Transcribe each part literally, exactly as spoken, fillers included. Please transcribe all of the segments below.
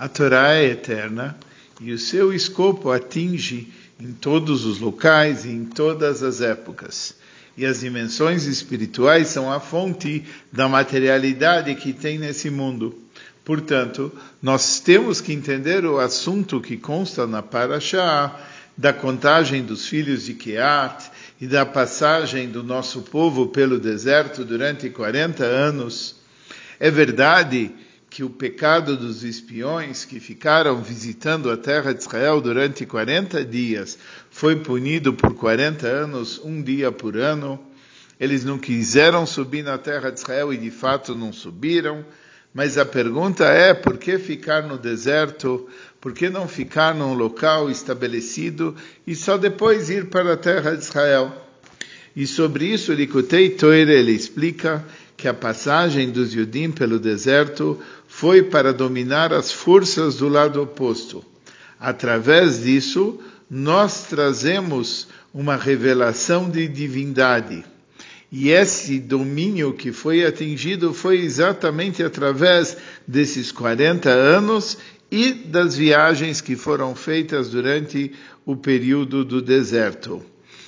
A Torá é eterna e o seu escopo atinge em todos os locais e em todas as épocas. E as dimensões espirituais são a fonte da materialidade que tem nesse mundo. Portanto, nós temos que entender o assunto que consta na Parashá, da contagem dos filhos de Keat e da passagem do nosso povo pelo deserto durante quarenta anos. É verdade que o pecado dos espiões que ficaram visitando a terra de Israel durante quarenta dias foi punido por quarenta anos, um dia por ano. Eles não quiseram subir na terra de Israel e de fato não subiram. Mas a pergunta é, por que ficar no deserto? Por que não ficar num local estabelecido e só depois ir para a terra de Israel? E sobre isso, Likutei Torah, ele explica que a passagem dos Yudim pelo deserto foi para dominar as forças do lado oposto. Através disso, nós trazemos uma revelação de divindade. E esse domínio que foi atingido foi exatamente através desses quarenta anos e das viagens que foram feitas durante o período do deserto.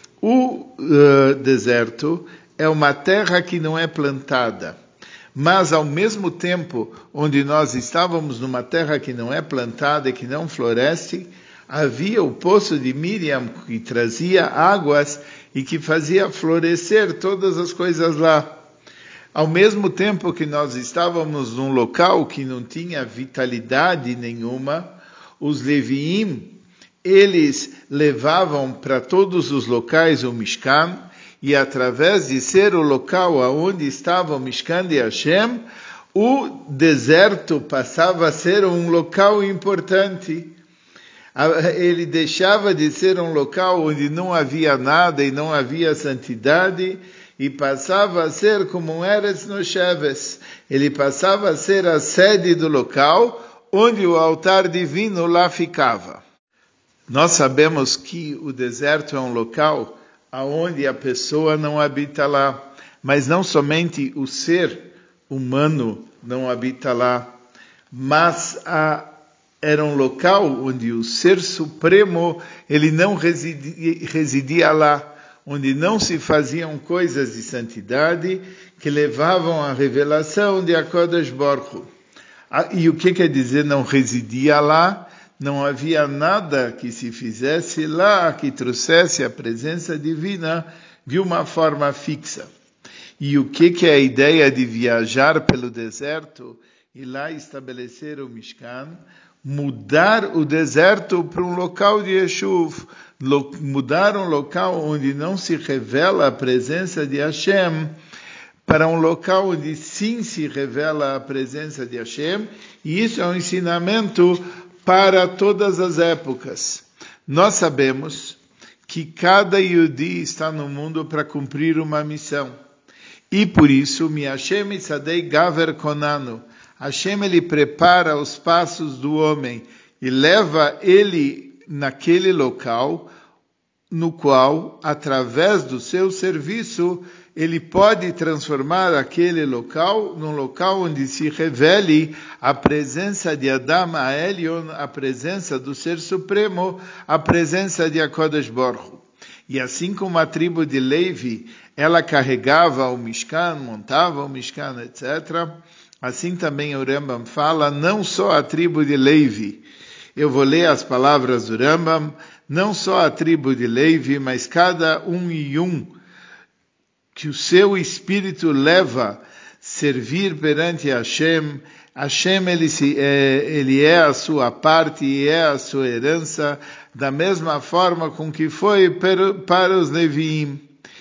O uh, deserto é uma terra que não é plantada, mas ao mesmo tempo onde nós estávamos numa terra que não é plantada e que não floresce, havia o poço de Miriam que trazia águas e que fazia florescer todas as coisas lá. Ao mesmo tempo que nós estávamos num local que não tinha vitalidade nenhuma, os Leviim, eles levavam para todos os locais o Mishkan, e através de ser o local onde estava o Mishkan de Hashem, o deserto passava a ser um local importante. Ele deixava de ser um local onde não havia nada e não havia santidade, e passava a ser como um Eretz Nosheves. Ele passava a ser a sede do local onde o altar divino lá ficava. Nós sabemos que o deserto é um local onde a pessoa não habita lá, mas não somente o ser humano não habita lá, mas a, era um local onde o Ser Supremo ele não residia, residia lá, onde não se faziam coisas de santidade que levavam à revelação de HaKadosh Baruch Hu. E o que quer dizer não residia lá? Não havia nada que se fizesse lá que trouxesse a presença divina de uma forma fixa. E o que, que é a ideia de viajar pelo deserto e lá estabelecer o Mishkan? Mudar o deserto para um local de Yeshuv, mudar um local onde não se revela a presença de Hashem, para um local onde sim se revela a presença de Hashem, e isso é um ensinamento para todas as épocas. Nós sabemos que cada Yehudi está no mundo para cumprir uma missão. E por isso, Mi Hashem Itzadei Gaver Konanu, Hashem ele prepara os passos do homem e leva ele naquele local, no qual, através do seu serviço, ele pode transformar aquele local num local onde se revele a presença de Adam Ha'elyon, a presença do Ser Supremo, a presença de HaKadosh Baruch Hu. E assim como a tribo de Levi, ela carregava o Mishkan, montava o Mishkan, etcétera, assim também o Rambam fala, não só a tribo de Levi. Eu vou ler as palavras do Rambam, não só a tribo de Levi, mas cada um e um que o seu espírito leva a servir perante Hashem. Hashem ele, se, é, ele é a sua parte e é a sua herança, da mesma forma com que foi para, para os Leviim.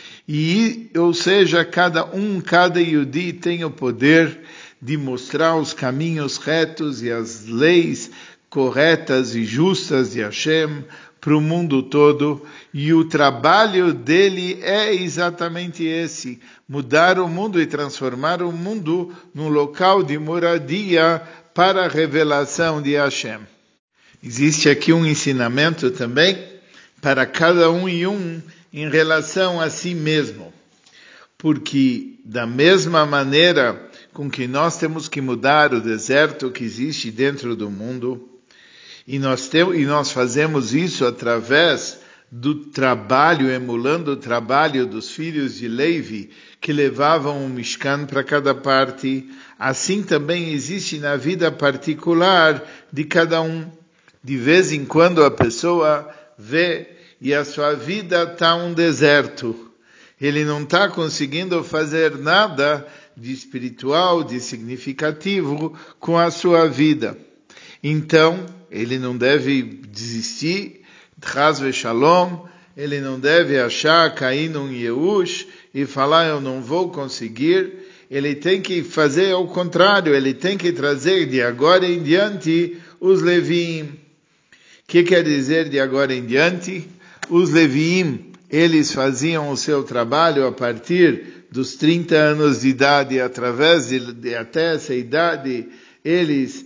E, ou seja, cada um, cada Yehudi tem o poder de mostrar os caminhos retos e as leis corretas e justas de Hashem para o mundo todo, e o trabalho dele é exatamente esse, mudar o mundo e transformar o mundo num local de moradia para a revelação de Hashem. Existe aqui um ensinamento também para cada um e um em relação a si mesmo, porque da mesma maneira com que nós temos que mudar o deserto que existe dentro do mundo. E nós, temos, e nós fazemos isso através do trabalho, emulando o trabalho dos filhos de Levi, que levavam um Mishkan para cada parte. Assim também existe na vida particular de cada um. De vez em quando a pessoa vê e a sua vida está um deserto. Ele não está conseguindo fazer nada de espiritual, de significativo com a sua vida. Então, ele não deve desistir, Chas v'Shalom, ele não deve achar, cair num Yeush e falar, eu não vou conseguir. Ele tem que fazer ao contrário, ele tem que trazer de agora em diante os Leviim. O que quer dizer de agora em diante? Os Leviim, eles faziam o seu trabalho a partir dos trinta anos de idade, através de, de até essa idade, eles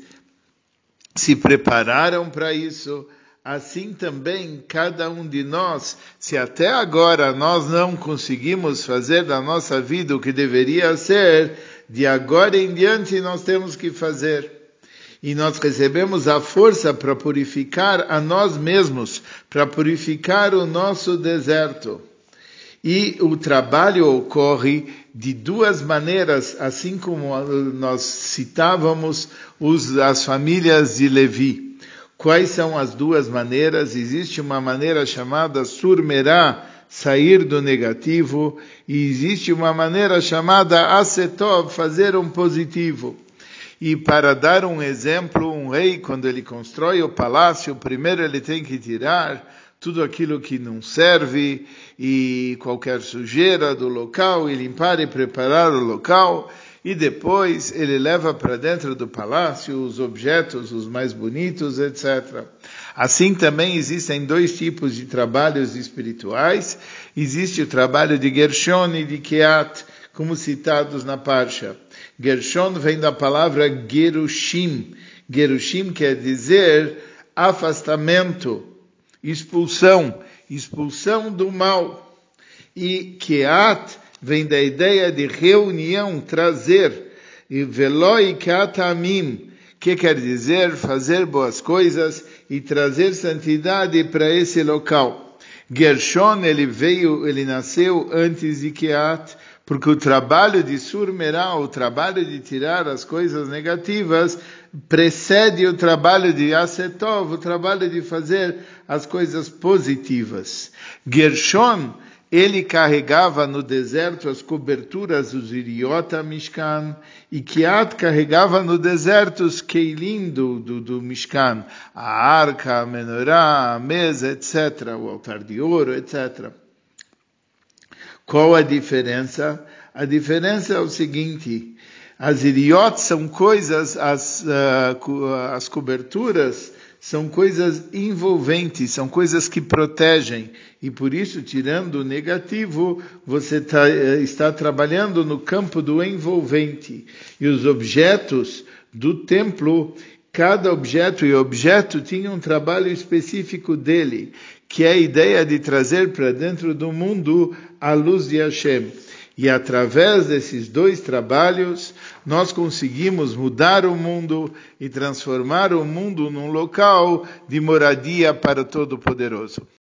se prepararam para isso. Assim também, cada um de nós, se até agora nós não conseguimos fazer da nossa vida o que deveria ser, de agora em diante nós temos que fazer. E nós recebemos a força para purificar a nós mesmos, para purificar o nosso deserto. E o trabalho ocorre de duas maneiras, assim como nós citávamos os, as famílias de Levi. Quais são as duas maneiras? Existe uma maneira chamada surmerá, sair do negativo, e existe uma maneira chamada asetov, fazer um positivo. E para dar um exemplo, um rei, quando ele constrói o palácio, primeiro ele tem que tirar tudo aquilo que não serve e qualquer sujeira do local, e limpar e preparar o local, e depois ele leva para dentro do palácio os objetos, os mais bonitos, etcétera. Assim também existem dois tipos de trabalhos espirituais. Existe o trabalho de Gershon e de Keat, como citados na Parsha. Gershon vem da palavra Gerushim. Gerushim quer dizer afastamento, expulsão, expulsão do mal. E Keat vem da ideia de reunião, trazer. E Veloi Keatamim, que quer dizer fazer boas coisas e trazer santidade para esse local. Gershon, ele veio, ele nasceu antes de Keat, porque o trabalho de surmerá, o trabalho de tirar as coisas negativas, precede o trabalho de asetov, o trabalho de fazer as coisas positivas. Gershon, ele carregava no deserto as coberturas dos Iriota Mishkan, e Keat carregava no deserto os Keilim do, do, do Mishkan, a arca, a menorá, a mesa, etcétera, o altar de ouro, etcétera. Qual a diferença? A diferença é o seguinte: as iriot são coisas, as, uh, as coberturas são coisas envolventes, são coisas que protegem. E por isso, tirando o negativo, você tá, está trabalhando no campo do envolvente. E os objetos do templo, cada objeto e objeto tinha um trabalho específico dele, que é a ideia de trazer para dentro do mundo a luz de Hashem. E através desses dois trabalhos, nós conseguimos mudar o mundo e transformar o mundo num local de moradia para o Todo-Poderoso.